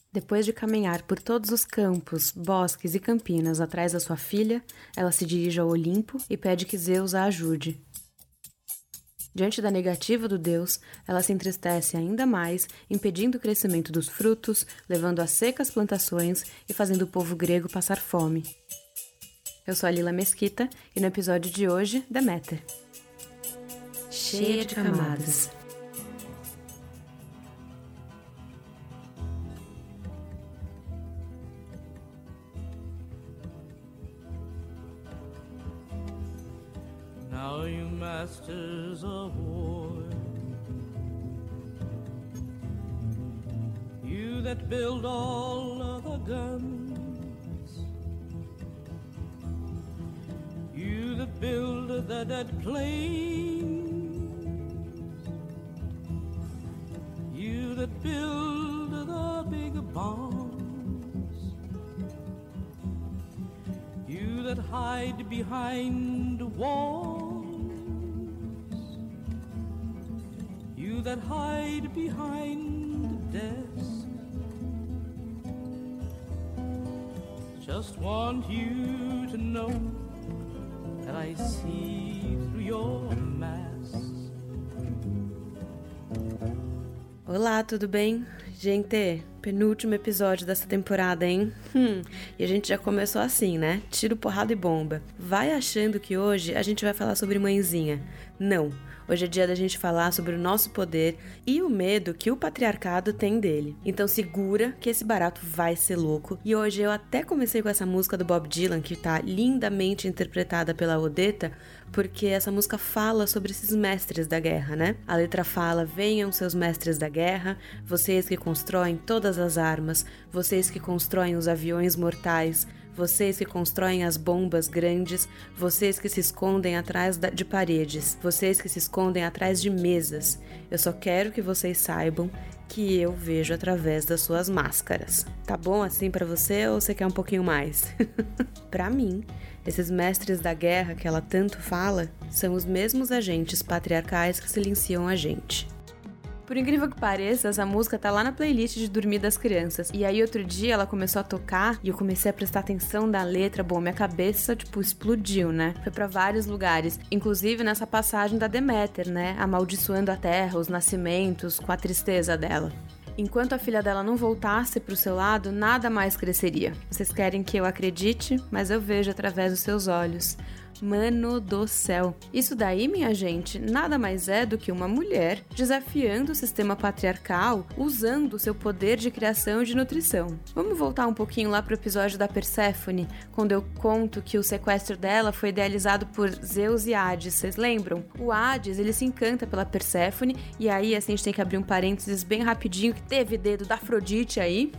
Depois de caminhar por todos os campos, bosques e campinas atrás da sua filha, ela se dirige ao Olimpo e pede que Zeus a ajude. Diante da negativa do deus, ela se entristece ainda mais, impedindo o crescimento dos frutos, levando a seca as plantações e fazendo o povo grego passar fome. Eu sou a Lila Mesquita e no episódio de hoje, Deméter. Cheia de camadas. Now you masters of war, you that build all of the guns, you that build the dead planes, you that build the big bombs, you that hide behind walls, you that hide behind desks, just want you to know that I see through your masks. Olá, tudo bem? Gente, penúltimo episódio dessa temporada, hein? E a gente já começou assim, né? Tiro, porrada e bomba. Vai achando que hoje a gente vai falar sobre mãezinha. Não. Hoje é dia da gente falar sobre o nosso poder e o medo que o patriarcado tem dele. Então segura que esse barato vai ser louco. E hoje eu até comecei com essa música do Bob Dylan, que tá lindamente interpretada pela Odetta, porque essa música fala sobre esses mestres da guerra, né? A letra fala: venham seus mestres da guerra, vocês que constroem todas as armas, vocês que constroem os aviões mortais, vocês que constroem as bombas grandes, vocês que se escondem atrás de paredes, vocês que se escondem atrás de mesas. Eu só quero que vocês saibam que eu vejo através das suas máscaras. Tá bom assim pra você ou você quer um pouquinho mais? Pra mim, esses mestres da guerra que ela tanto fala são os mesmos agentes patriarcais que silenciam a gente. Por incrível que pareça, essa música tá lá na playlist de dormir das crianças. E aí outro dia ela começou a tocar e eu comecei a prestar atenção na letra. Bom, minha cabeça, explodiu, né? Foi pra vários lugares. Inclusive nessa passagem da Deméter, né? Amaldiçoando a terra, os nascimentos, com a tristeza dela. Enquanto a filha dela não voltasse pro seu lado, nada mais cresceria. Vocês querem que eu acredite? Mas eu vejo através dos seus olhos. Mano do céu. Isso daí, minha gente, nada mais é do que uma mulher desafiando o sistema patriarcal usando o seu poder de criação e de nutrição. Vamos voltar um pouquinho lá pro episódio da Perséfone, quando eu conto que o sequestro dela foi idealizado por Zeus e Hades, vocês lembram? O Hades, ele se encanta pela Perséfone, e aí assim a gente tem que abrir um parênteses bem rapidinho, que teve dedo da Afrodite aí,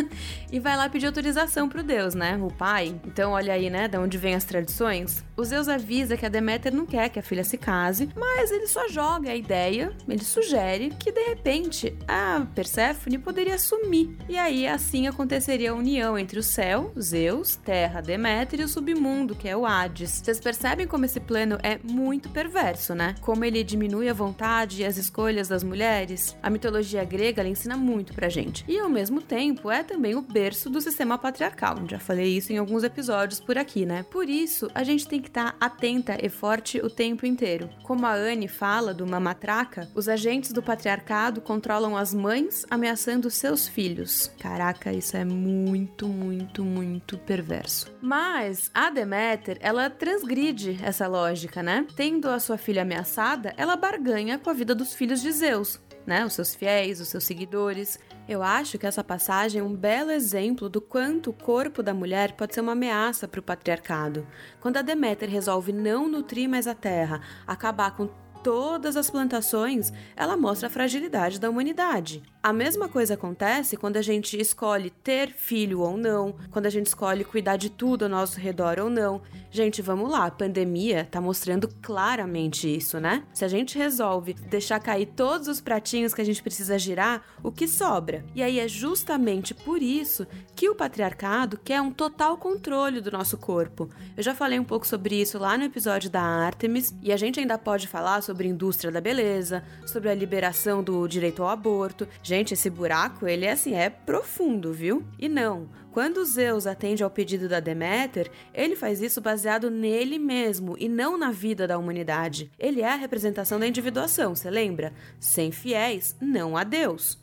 e vai lá pedir autorização pro deus, né? O pai. Então olha aí, né, de onde vem as tradições. O Zeus avisa que a Deméter não quer que a filha se case, mas ele só joga a ideia, ele sugere que de repente a Perséfone poderia sumir. E aí assim aconteceria a união entre o céu, Zeus, terra, Deméter, e o submundo, que é o Hades. Vocês percebem como esse plano é muito perverso, né? Como ele diminui a vontade e as escolhas das mulheres. A mitologia grega, ela ensina muito pra gente. E ao mesmo tempo é também o berço do sistema patriarcal. Já falei isso em alguns episódios por aqui, né? Por isso, a gente tem que estar atenta e forte o tempo inteiro. Como a Anne fala do Mamatraca, os agentes do patriarcado controlam as mães ameaçando seus filhos. Caraca, isso é muito, muito, muito perverso. Mas a Deméter, ela transgride essa lógica, né? Tendo a sua filha ameaçada, ela barganha com a vida dos filhos de Zeus, né? Os seus fiéis, os seus seguidores. Eu acho que essa passagem é um belo exemplo do quanto o corpo da mulher pode ser uma ameaça para o patriarcado. Quando a Deméter resolve não nutrir mais a terra, acabar com todas as plantações, ela mostra a fragilidade da humanidade. A mesma coisa acontece quando a gente escolhe ter filho ou não, quando a gente escolhe cuidar de tudo ao nosso redor ou não. Gente, vamos lá, a pandemia tá mostrando claramente isso, né? Se a gente resolve deixar cair todos os pratinhos que a gente precisa girar, o que sobra? E aí é justamente por isso que o patriarcado quer um total controle do nosso corpo. Eu já falei um pouco sobre isso lá no episódio da Ártemis, e a gente ainda pode falar sobre a indústria da beleza, sobre a liberação do direito ao aborto. Gente, esse buraco, ele é profundo, viu? E não, quando Zeus atende ao pedido da Deméter, ele faz isso baseado nele mesmo e não na vida da humanidade. Ele é a representação da individuação, você lembra? Sem fiéis, não há Deus.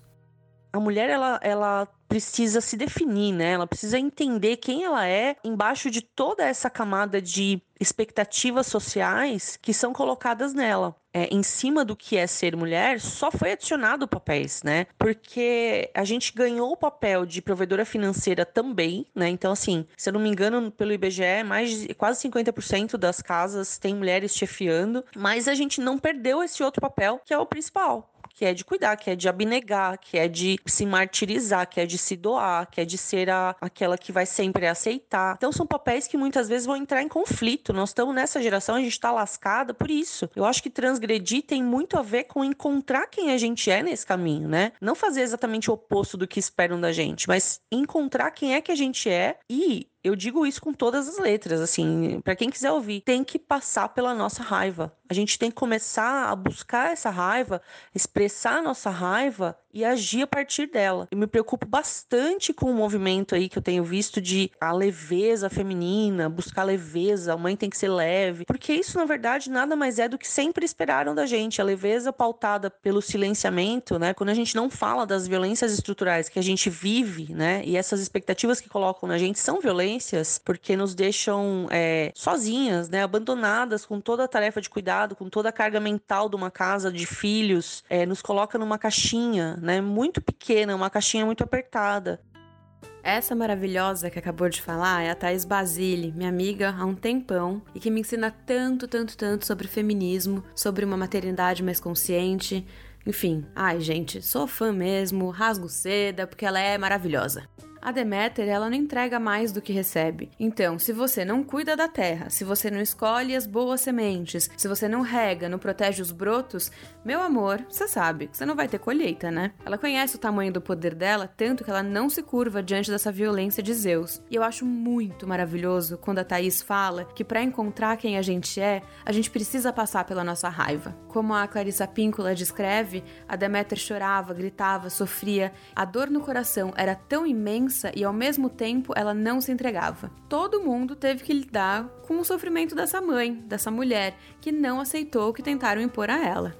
A mulher, ela precisa se definir, né? Ela precisa entender quem ela é embaixo de toda essa camada de expectativas sociais que são colocadas nela. Em cima do que é ser mulher, só foi adicionado papéis, né? Porque a gente ganhou o papel de provedora financeira também, né? Então, assim, se eu não me engano, pelo IBGE, quase 50% das casas tem mulheres chefiando, mas a gente não perdeu esse outro papel, que é o principal. Que é de cuidar, que é de abnegar, que é de se martirizar, que é de se doar, que é de ser aquela que vai sempre aceitar. Então são papéis que muitas vezes vão entrar em conflito. Nós estamos nessa geração, a gente está lascada por isso. Eu acho que transgredir tem muito a ver com encontrar quem a gente é nesse caminho, né? Não fazer exatamente o oposto do que esperam da gente, mas encontrar quem é que a gente é e... Eu digo isso com todas as letras, assim, para quem quiser ouvir, tem que passar pela nossa raiva. A gente tem que começar a buscar essa raiva, expressar a nossa raiva e agir a partir dela. Eu me preocupo bastante com o movimento aí que eu tenho visto de a leveza feminina, buscar leveza, a mãe tem que ser leve, porque isso, na verdade, nada mais é do que sempre esperaram da gente. A leveza pautada pelo silenciamento, né? Quando a gente não fala das violências estruturais que a gente vive, né? E essas expectativas que colocam na gente são violências, porque nos deixam sozinhas, né? Abandonadas com toda a tarefa de cuidado, com toda a carga mental de uma casa, de filhos, nos coloca numa caixinha, né? Muito pequena, uma caixinha muito apertada. Essa maravilhosa que acabou de falar é a Thaís Basile, minha amiga há um tempão, e que me ensina tanto sobre feminismo, sobre uma maternidade mais consciente. Enfim, ai gente, sou fã mesmo, rasgo seda, porque ela é maravilhosa. A Deméter, ela não entrega mais do que recebe. Então, se você não cuida da terra, se você não escolhe as boas sementes, se você não rega, não protege os brotos, meu amor, você sabe que você não vai ter colheita, né? Ela conhece o tamanho do poder dela, tanto que ela não se curva diante dessa violência de Zeus. E eu acho muito maravilhoso quando a Thaís fala que para encontrar quem a gente precisa passar pela nossa raiva. Como a Clarissa Píncola descreve, a Deméter chorava, gritava, sofria. A dor no coração era tão imensa e ao mesmo tempo ela não se entregava. Todo mundo teve que lidar com o sofrimento dessa mãe, dessa mulher, que não aceitou o que tentaram impor a ela.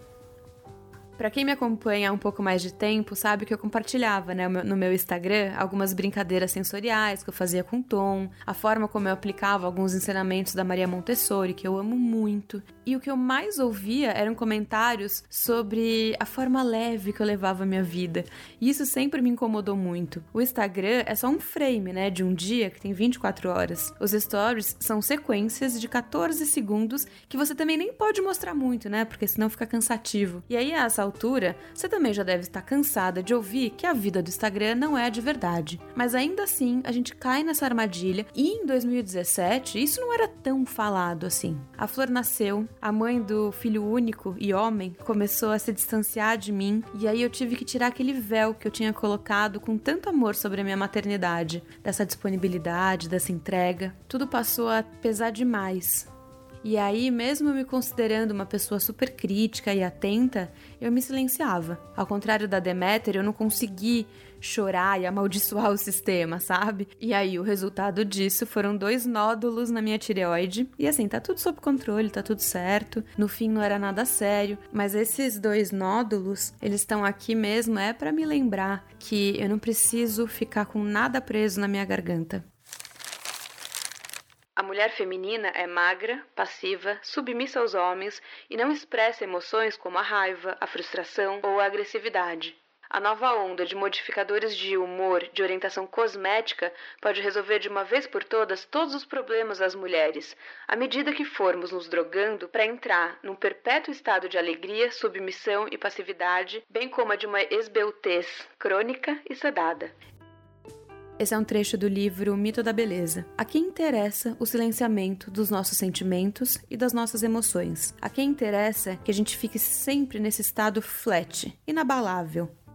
Pra quem me acompanha há um pouco mais de tempo, sabe que eu compartilhava, né, no meu Instagram algumas brincadeiras sensoriais que eu fazia com Tom, a forma como eu aplicava alguns ensinamentos da Maria Montessori, que eu amo muito. E o que eu mais ouvia eram comentários sobre a forma leve que eu levava a minha vida. E isso sempre me incomodou muito. O Instagram é só um frame, né, de um dia que tem 24 horas. Os stories são sequências de 14 segundos que você também nem pode mostrar muito, né, porque senão fica cansativo. E aí, a essa altura, você também já deve estar cansada de ouvir que a vida do Instagram não é de verdade. Mas ainda assim, a gente cai nessa armadilha e em 2017, isso não era tão falado assim. A Flor nasceu, a mãe do filho único e homem começou a se distanciar de mim e aí eu tive que tirar aquele véu que eu tinha colocado com tanto amor sobre a minha maternidade, dessa disponibilidade, dessa entrega. Tudo passou a pesar demais. E aí, mesmo me considerando uma pessoa super crítica e atenta, eu me silenciava. Ao contrário da Deméter, eu não consegui chorar e amaldiçoar o sistema, sabe? E aí, o resultado disso foram 2 nódulos na minha tireoide. E assim, tá tudo sob controle, tá tudo certo. No fim, não era nada sério. Mas esses 2 nódulos, eles estão aqui mesmo, pra me lembrar que eu não preciso ficar com nada preso na minha garganta. A mulher feminina é magra, passiva, submissa aos homens e não expressa emoções como a raiva, a frustração ou a agressividade. A nova onda de modificadores de humor, de orientação cosmética, pode resolver de uma vez por todas todos os problemas das mulheres, à medida que formos nos drogando para entrar num perpétuo estado de alegria, submissão e passividade, bem como a de uma esbeltez crônica e sedada. Esse é um trecho do livro O Mito da Beleza. A quem interessa o silenciamento dos nossos sentimentos e das nossas emoções? A quem interessa que a gente fique sempre nesse estado flat, inabalável?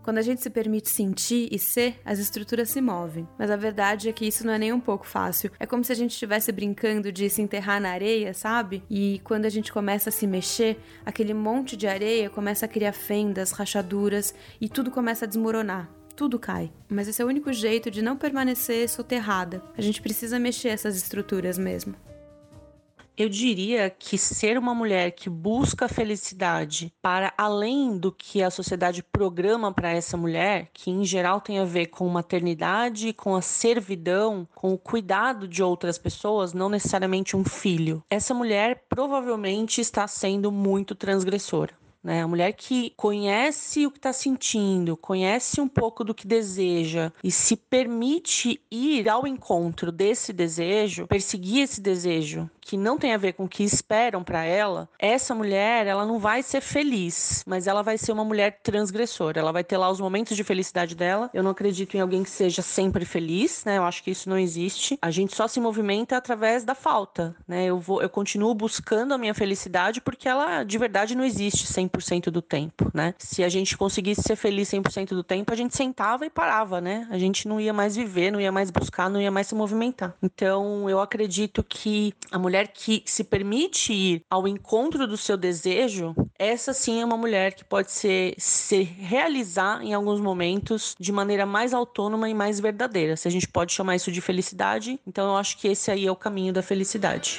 Quando a gente se permite sentir e ser, as estruturas se movem. Mas a verdade é que isso não é nem um pouco fácil. É como se a gente estivesse brincando de se enterrar na areia, sabe? E quando a gente começa a se mexer, aquele monte de areia começa a criar fendas, rachaduras e tudo começa a desmoronar. Tudo cai. Mas esse é o único jeito de não permanecer soterrada. A gente precisa mexer essas estruturas mesmo. Eu diria que ser uma mulher que busca a felicidade para além do que a sociedade programa para essa mulher, que em geral tem a ver com maternidade, com a servidão, com o cuidado de outras pessoas, não necessariamente um filho. Essa mulher provavelmente está sendo muito transgressora. A mulher que conhece o que está sentindo, conhece um pouco do que deseja e se permite ir ao encontro desse desejo, perseguir esse desejo que não tem a ver com o que esperam para ela, essa mulher, ela não vai ser feliz, mas ela vai ser uma mulher transgressora. Ela vai ter lá os momentos de felicidade dela. Eu não acredito em alguém que seja sempre feliz, Eu acho que isso não existe. A gente só se movimenta através da falta, Eu continuo buscando a minha felicidade porque ela de verdade não existe 100% do tempo, Se a gente conseguisse ser feliz 100% do tempo, a gente sentava e parava, A gente não ia mais viver, não ia mais buscar, não ia mais se movimentar. Então, eu acredito que a mulher que se permite ir ao encontro do seu desejo, essa sim é uma mulher que pode se realizar em alguns momentos de maneira mais autônoma e mais verdadeira. Se a gente pode chamar isso de felicidade, então eu acho que esse aí é o caminho da felicidade.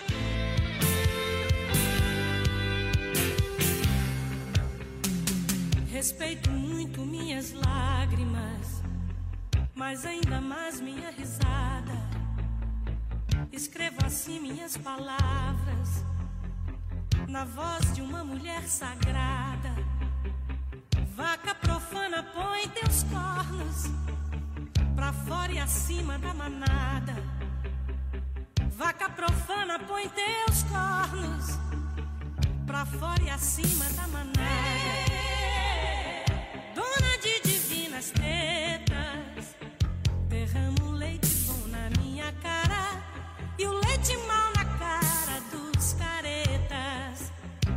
Respeito muito minhas lágrimas, mas ainda mais minha risada. Escrevo assim minhas palavras na voz de uma mulher sagrada. Vaca profana, põe teus cornos pra fora e acima da manada. Vaca profana, põe teus cornos pra fora e acima da manada. Dona de divinas tetas, derramo leite bom na minha cara e o leite mal na cara dos caretas.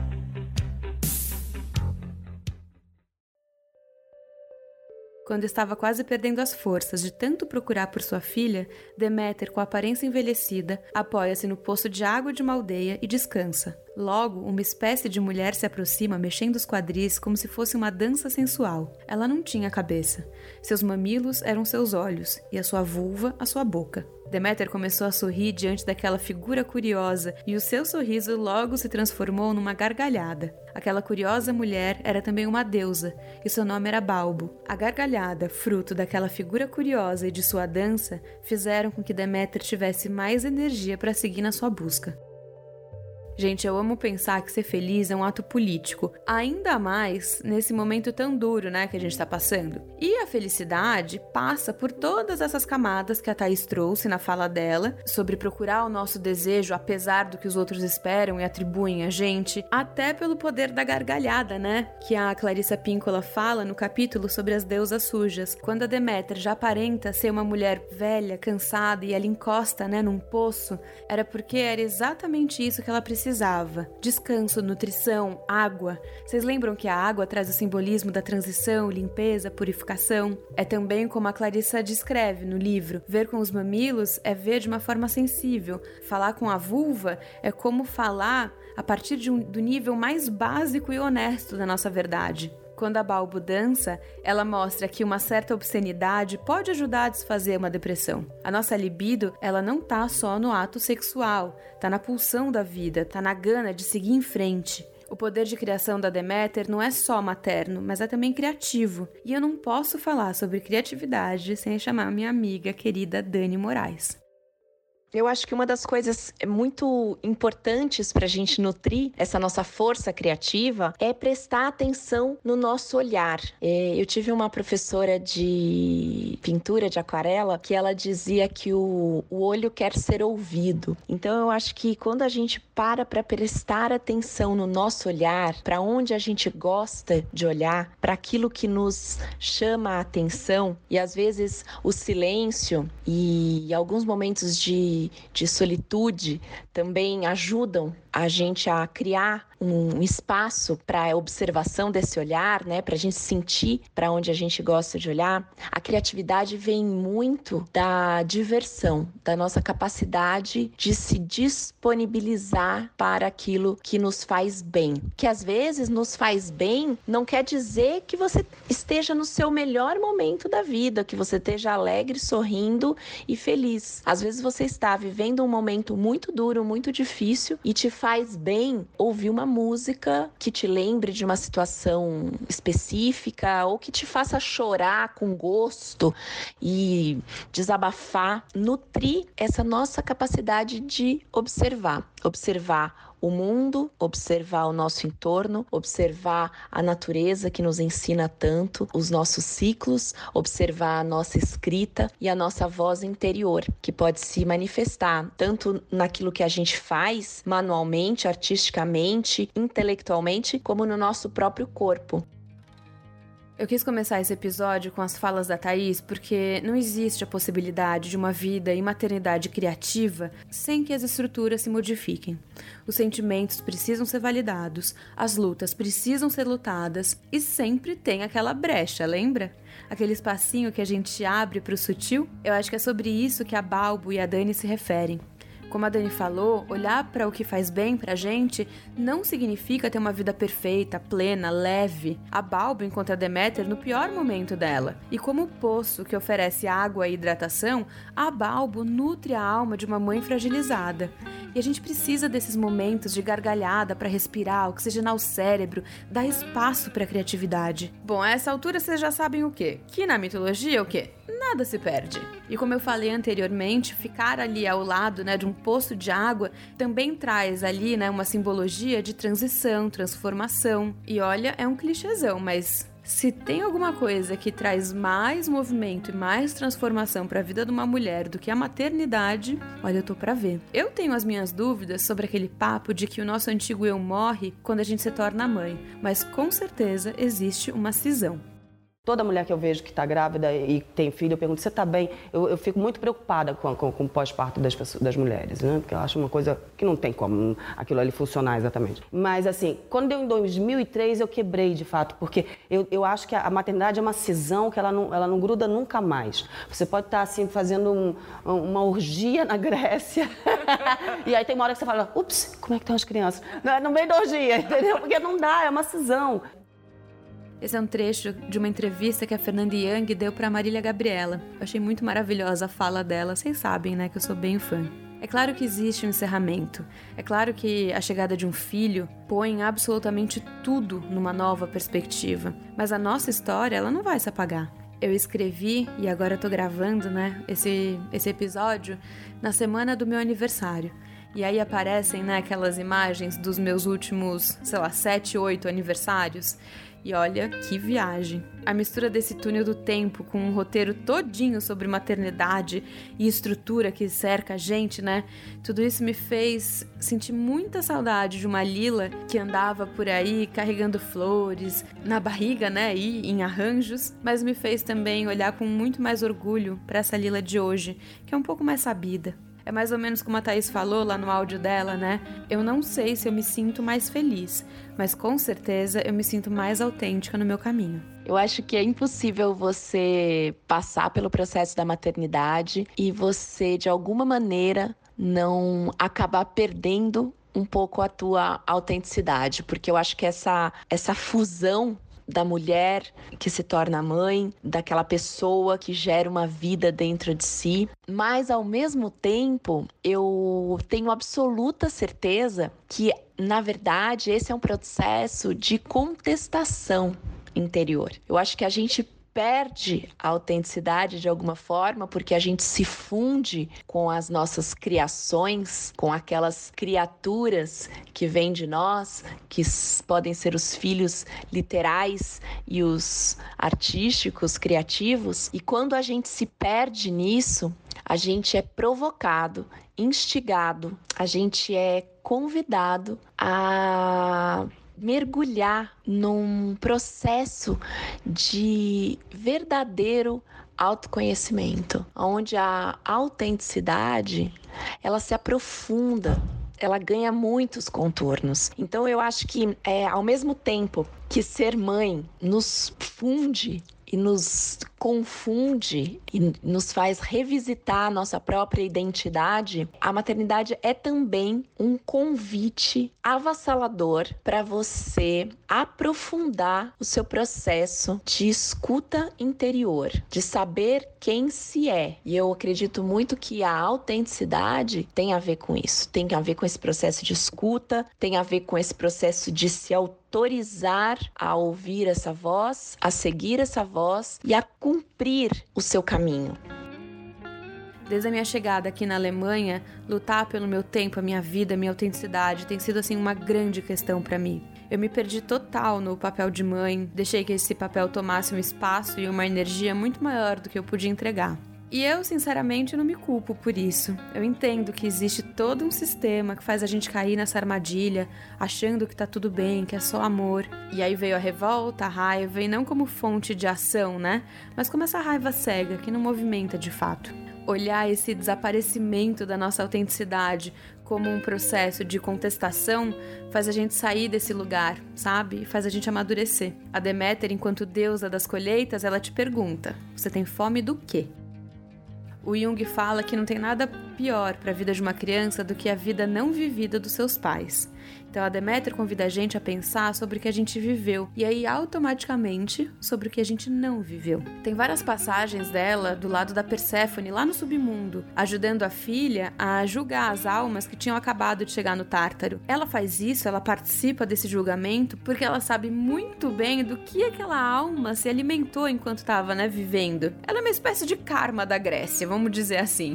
Quando estava quase perdendo as forças de tanto procurar por sua filha, Deméter, com a aparência envelhecida, apoia-se no poço de água de uma aldeia e descansa. Logo, uma espécie de mulher se aproxima, mexendo os quadris como se fosse uma dança sensual. Ela não tinha cabeça. Seus mamilos eram seus olhos, e a sua vulva, a sua boca. Deméter começou a sorrir diante daquela figura curiosa, e o seu sorriso logo se transformou numa gargalhada. Aquela curiosa mulher era também uma deusa, e seu nome era Balbo. A gargalhada, fruto daquela figura curiosa e de sua dança, fizeram com que Deméter tivesse mais energia para seguir na sua busca. Gente, eu amo pensar que ser feliz é um ato político, ainda mais nesse momento tão duro, que a gente tá passando. E a felicidade passa por todas essas camadas que a Thaís trouxe na fala dela, sobre procurar o nosso desejo apesar do que os outros esperam e atribuem a gente, até pelo poder da gargalhada, que a Clarissa Pinkola fala no capítulo sobre as deusas sujas. Quando a Deméter já aparenta ser uma mulher velha, cansada e ela encosta, num poço, era porque era exatamente isso que ela precisava. Descanso, nutrição, água. Vocês lembram que a água traz o simbolismo da transição, limpeza, purificação? É também como a Clarissa descreve no livro. Ver com os mamilos é ver de uma forma sensível. Falar com a vulva é como falar a partir do nível mais básico e honesto da nossa verdade. Quando a Balbo dança, ela mostra que uma certa obscenidade pode ajudar a desfazer uma depressão. A nossa libido, ela não tá só no ato sexual, tá na pulsão da vida, tá na gana de seguir em frente. O poder de criação da Deméter não é só materno, mas é também criativo. E eu não posso falar sobre criatividade sem chamar minha amiga querida Dani Moraes. Eu acho que uma das coisas muito importantes para a gente nutrir essa nossa força criativa é prestar atenção no nosso olhar. Eu tive uma professora de pintura de aquarela que ela dizia que o olho quer ser ouvido. Então eu acho que quando a gente para prestar atenção no nosso olhar, para onde a gente gosta de olhar, para aquilo que nos chama a atenção, e às vezes o silêncio e alguns momentos de solitude também ajudam a gente a criar um espaço para a observação desse olhar, né? Para a gente sentir para onde a gente gosta de olhar, a criatividade vem muito da diversão, da nossa capacidade de se disponibilizar para aquilo que nos faz bem. Que às vezes nos faz bem não quer dizer que você esteja no seu melhor momento da vida, que você esteja alegre, sorrindo e feliz. Às vezes você está vivendo um momento muito duro, muito difícil e te faz bem ouvir uma música que te lembre de uma situação específica ou que te faça chorar com gosto e desabafar. Nutrir essa nossa capacidade de observar o mundo, observar o nosso entorno, observar a natureza que nos ensina tanto, os nossos ciclos, observar a nossa escrita e a nossa voz interior, que pode se manifestar tanto naquilo que a gente faz manualmente, artisticamente, intelectualmente, como no nosso próprio corpo. Eu quis começar esse episódio com as falas da Thaís porque não existe a possibilidade de uma vida e maternidade criativa sem que as estruturas se modifiquem. Os sentimentos precisam ser validados, as lutas precisam ser lutadas e sempre tem aquela brecha, lembra? Aquele espacinho que a gente abre para o sutil? Eu acho que é sobre isso que a Balbo e a Dani se referem. Como a Dani falou, olhar para o que faz bem pra gente não significa ter uma vida perfeita, plena, leve. A Balbo encontra a Deméter no pior momento dela. E como o poço que oferece água e hidratação, a Balbo nutre a alma de uma mãe fragilizada. E a gente precisa desses momentos de gargalhada para respirar, oxigenar o cérebro, dar espaço para a criatividade. Bom, a essa altura vocês já sabem o quê? Que na mitologia o quê? Nada se perde. E como eu falei anteriormente, ficar ali ao lado, de um poço de água também traz ali, uma simbologia de transição, transformação. E olha, é um clichêzão, mas se tem alguma coisa que traz mais movimento e mais transformação para a vida de uma mulher do que a maternidade, olha, eu tô pra ver. Eu tenho as minhas dúvidas sobre aquele papo de que o nosso antigo eu morre quando a gente se torna mãe, mas com certeza existe uma cisão. Toda mulher que eu vejo que está grávida e tem filho, eu pergunto, você está bem? Eu fico muito preocupada com o pós-parto das mulheres, né? Porque eu acho uma coisa que não tem como aquilo ali funcionar exatamente. Mas, assim, quando deu em 2003, eu quebrei, de fato, porque eu acho que a maternidade é uma cisão que ela não gruda nunca mais. Você pode estar, assim, fazendo uma orgia na Grécia, e aí tem uma hora que você fala, ups, como é que estão as crianças? No meio da orgia, entendeu? Porque não dá, é uma cisão. Esse é um trecho de uma entrevista que a Fernanda Young deu para Marília Gabriela. Eu achei muito maravilhosa a fala dela. Vocês sabem, que eu sou bem fã. É claro que existe um encerramento. É claro que a chegada de um filho põe absolutamente tudo numa nova perspectiva. Mas a nossa história, ela não vai se apagar. Eu escrevi, e agora eu tô gravando, esse episódio na semana do meu aniversário. E aí aparecem, aquelas imagens dos meus últimos, 7, 8 aniversários. E olha que viagem. A mistura desse túnel do tempo com um roteiro todinho sobre maternidade e estrutura que cerca a gente, Tudo isso me fez sentir muita saudade de uma Lila que andava por aí carregando flores na barriga, e em arranjos, mas me fez também olhar com muito mais orgulho para essa Lila de hoje, que é um pouco mais sabida. É mais ou menos como a Thaís falou lá no áudio dela, Eu não sei se eu me sinto mais feliz, mas com certeza eu me sinto mais autêntica no meu caminho. Eu acho que é impossível você passar pelo processo da maternidade e você, de alguma maneira, não acabar perdendo um pouco a tua autenticidade, porque eu acho que essa fusão da mulher que se torna mãe, daquela pessoa que gera uma vida dentro de si. Mas, ao mesmo tempo, eu tenho absoluta certeza que, na verdade, esse é um processo de contestação interior. Eu acho que a gente perde a autenticidade de alguma forma porque a gente se funde com as nossas criações, com aquelas criaturas que vêm de nós, que podem ser os filhos literais e os artísticos, criativos. E quando a gente se perde nisso, a gente é provocado, instigado, a gente é convidado a mergulhar num processo de verdadeiro autoconhecimento, onde a autenticidade ela se aprofunda ela ganha muitos contornos. Então eu acho que ao mesmo tempo que ser mãe nos funde e nos confunde e nos faz revisitar a nossa própria identidade, a maternidade é também um convite avassalador para você aprofundar o seu processo de escuta interior, de saber quem se é. E eu acredito muito que a autenticidade tem a ver com isso, tem a ver com esse processo de escuta, tem a ver com esse processo de se autorizar a ouvir essa voz, a seguir essa voz e a cumprir o seu caminho. Desde a minha chegada aqui na Alemanha, lutar pelo meu tempo, a minha vida, a minha autenticidade tem sido assim uma grande questão para mim. Eu me perdi total no papel de mãe, deixei que esse papel tomasse um espaço e uma energia muito maior do que eu podia entregar. E eu, sinceramente, não me culpo por isso. Eu entendo que existe todo um sistema que faz a gente cair nessa armadilha, achando que tá tudo bem, que é só amor. E aí veio a revolta, a raiva, e não como fonte de ação, né? Mas como essa raiva cega, que não movimenta de fato. Olhar esse desaparecimento da nossa autenticidade como um processo de contestação faz a gente sair desse lugar, sabe? E faz a gente amadurecer. A Deméter, enquanto deusa das colheitas, ela te pergunta: você tem fome do quê? O Jung fala que não tem nada pior para a vida de uma criança do que a vida não vivida dos seus pais. Então a Deméter convida a gente a pensar sobre o que a gente viveu e aí automaticamente sobre o que a gente não viveu. Tem várias passagens dela do lado da Perséfone lá no submundo, ajudando a filha a julgar as almas que tinham acabado de chegar no Tártaro. Ela faz isso, ela participa desse julgamento porque ela sabe muito bem do que aquela alma se alimentou enquanto estava, vivendo. Ela é uma espécie de karma da Grécia, vamos dizer assim.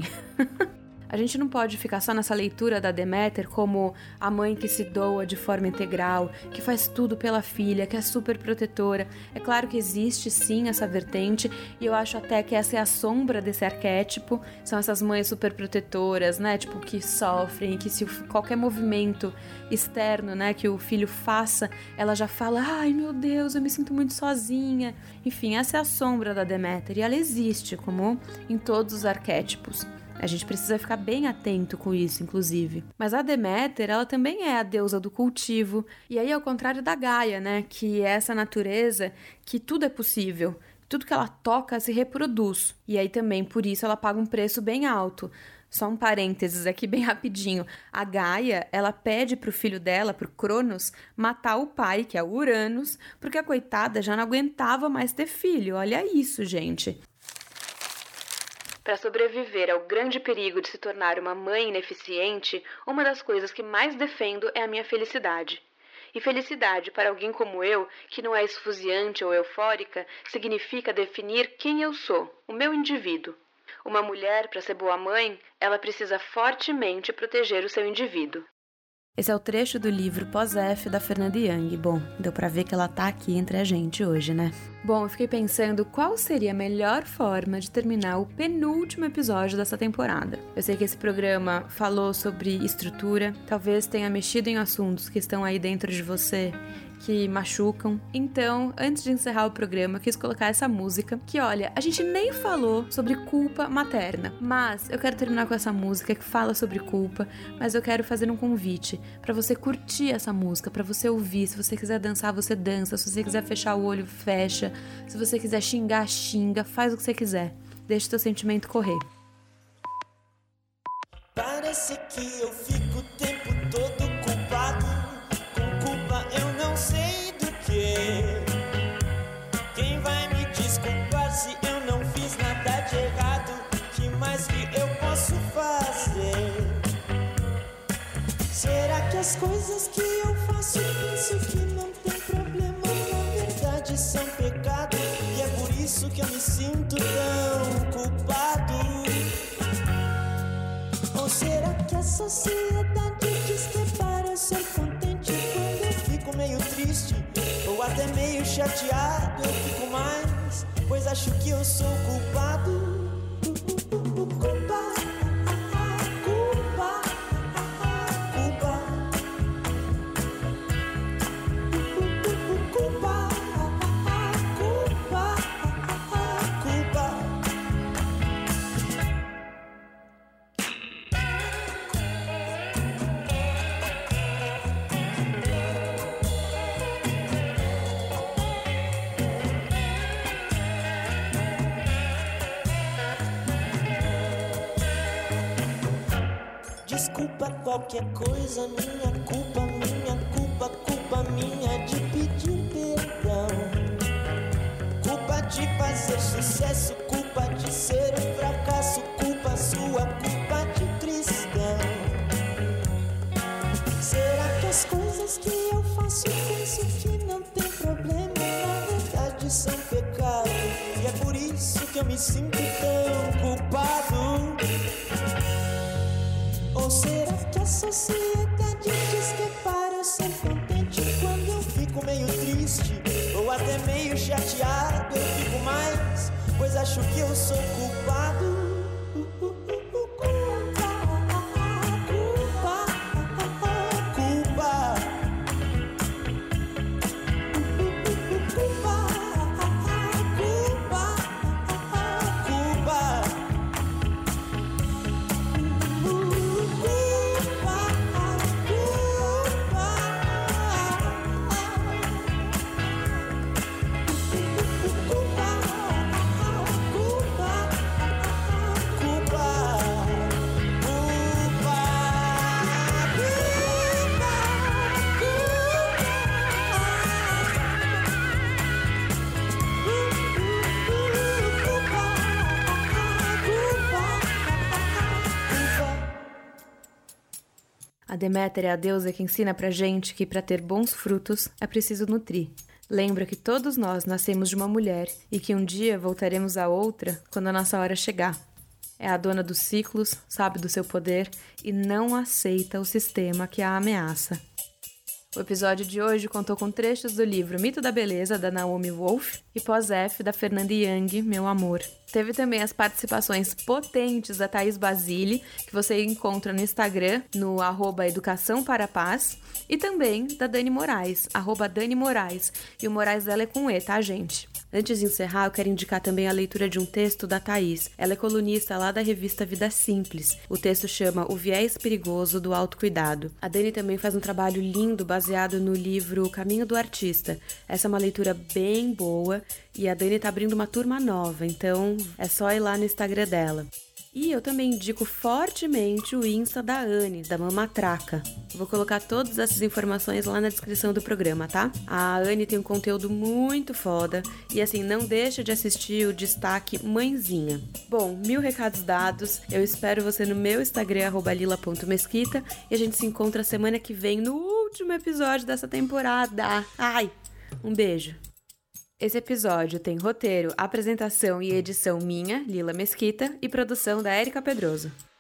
A gente não pode ficar só nessa leitura da Deméter como a mãe que se doa de forma integral, que faz tudo pela filha, que é super protetora. É claro que existe sim essa vertente e eu acho até que essa é a sombra desse arquétipo. São essas mães super protetoras, tipo, que sofrem, que se qualquer movimento externo, que o filho faça, ela já fala: ai meu Deus, eu me sinto muito sozinha. Enfim, essa é a sombra da Deméter e ela existe como em todos os arquétipos. A gente precisa ficar bem atento com isso, inclusive. Mas a Deméter, ela também é a deusa do cultivo. E aí, ao contrário da Gaia, que é essa natureza que tudo é possível. Tudo que ela toca se reproduz. E aí também, por isso, ela paga um preço bem alto. Só um parênteses aqui bem rapidinho. A Gaia, ela pede pro filho dela, pro Cronos, matar o pai, que é o Uranus, porque a coitada já não aguentava mais ter filho. Olha isso, gente. Para sobreviver ao grande perigo de se tornar uma mãe ineficiente, uma das coisas que mais defendo é a minha felicidade. E felicidade para alguém como eu, que não é esfuziante ou eufórica, significa definir quem eu sou, o meu indivíduo. Uma mulher, para ser boa mãe, ela precisa fortemente proteger o seu indivíduo. Esse é o trecho do livro Pós-F da Fernanda Young. Bom, deu pra ver que ela tá aqui entre a gente hoje, Bom, eu fiquei pensando qual seria a melhor forma de terminar o penúltimo episódio dessa temporada. Eu sei que esse programa falou sobre estrutura, talvez tenha mexido em assuntos que estão aí dentro de você, que machucam. Então, antes de encerrar o programa, eu quis colocar essa música, que olha, a gente nem falou sobre culpa materna, mas eu quero terminar com essa música que fala sobre culpa, mas eu quero fazer um convite para você curtir essa música, para você ouvir. Se você quiser dançar, você dança. Se você quiser fechar o olho, fecha. Se você quiser xingar, xinga. Faz o que você quiser. Deixa o teu sentimento correr. Parece que eu fico o tempo todo culpado. Com culpa eu não sei do que. Quem vai me desculpar se eu não fiz nada de errado? Que mais que eu posso fazer? Será que as coisas que eu faço penso que não tem problema, na verdade são pecado? E é por isso que eu me sinto tão culpado. Ou será que a sociedade diz que é para ser contente? Quando eu fico meio triste ou até meio chateado, eu fico mais, pois acho que eu sou culpado. desculpa qualquer coisa, minha culpa minha de pedir perdão. Culpa de fazer sucesso, culpa de ser um fracasso, culpa sua, culpa de cristão. Será que as coisas que eu faço penso que não tem problema, na verdade são pecado? E é por isso que eu me sinto tão culpado. Ou será que a sociedade diz que é para eu ser contente quando eu fico meio triste ou até meio chateado? Eu fico mais, pois acho que eu sou culpado. A Deméter é a deusa que ensina pra gente que para ter bons frutos é preciso nutrir. Lembra que todos nós nascemos de uma mulher e que um dia voltaremos a outra quando a nossa hora chegar. É a dona dos ciclos, sabe do seu poder e não aceita o sistema que a ameaça. O episódio de hoje contou com trechos do livro Mito da Beleza, da Naomi Wolf, e Pós-F, da Fernanda Young, Meu Amor. Teve também as participações potentes da Thaís Basile, que você encontra no Instagram, no @educaçãoparapaz, e também da Dani Moraes, @Dani Moraes. E o Moraes dela é com E, tá, gente? Antes de encerrar, eu quero indicar também a leitura de um texto da Thaís. Ela é colunista lá da revista Vida Simples. O texto chama O Viés Perigoso do Autocuidado. A Dani também faz um trabalho lindo baseado no livro Caminho do Artista. Essa é uma leitura bem boa e a Dani tá abrindo uma turma nova, então é só ir lá no Instagram dela. E eu também indico fortemente o Insta da Anne, da Mamatraca. Vou colocar todas essas informações lá na descrição do programa, tá? A Anne tem um conteúdo muito foda e assim, não deixa de assistir o Destaque Mãezinha. Bom, 1000 recados dados, eu espero você no meu Instagram, @lila.mesquita, e a gente se encontra semana que vem no último episódio dessa temporada. Ai, um beijo! Esse episódio tem roteiro, apresentação e edição minha, Lila Mesquita, e produção da Érica Pedroso.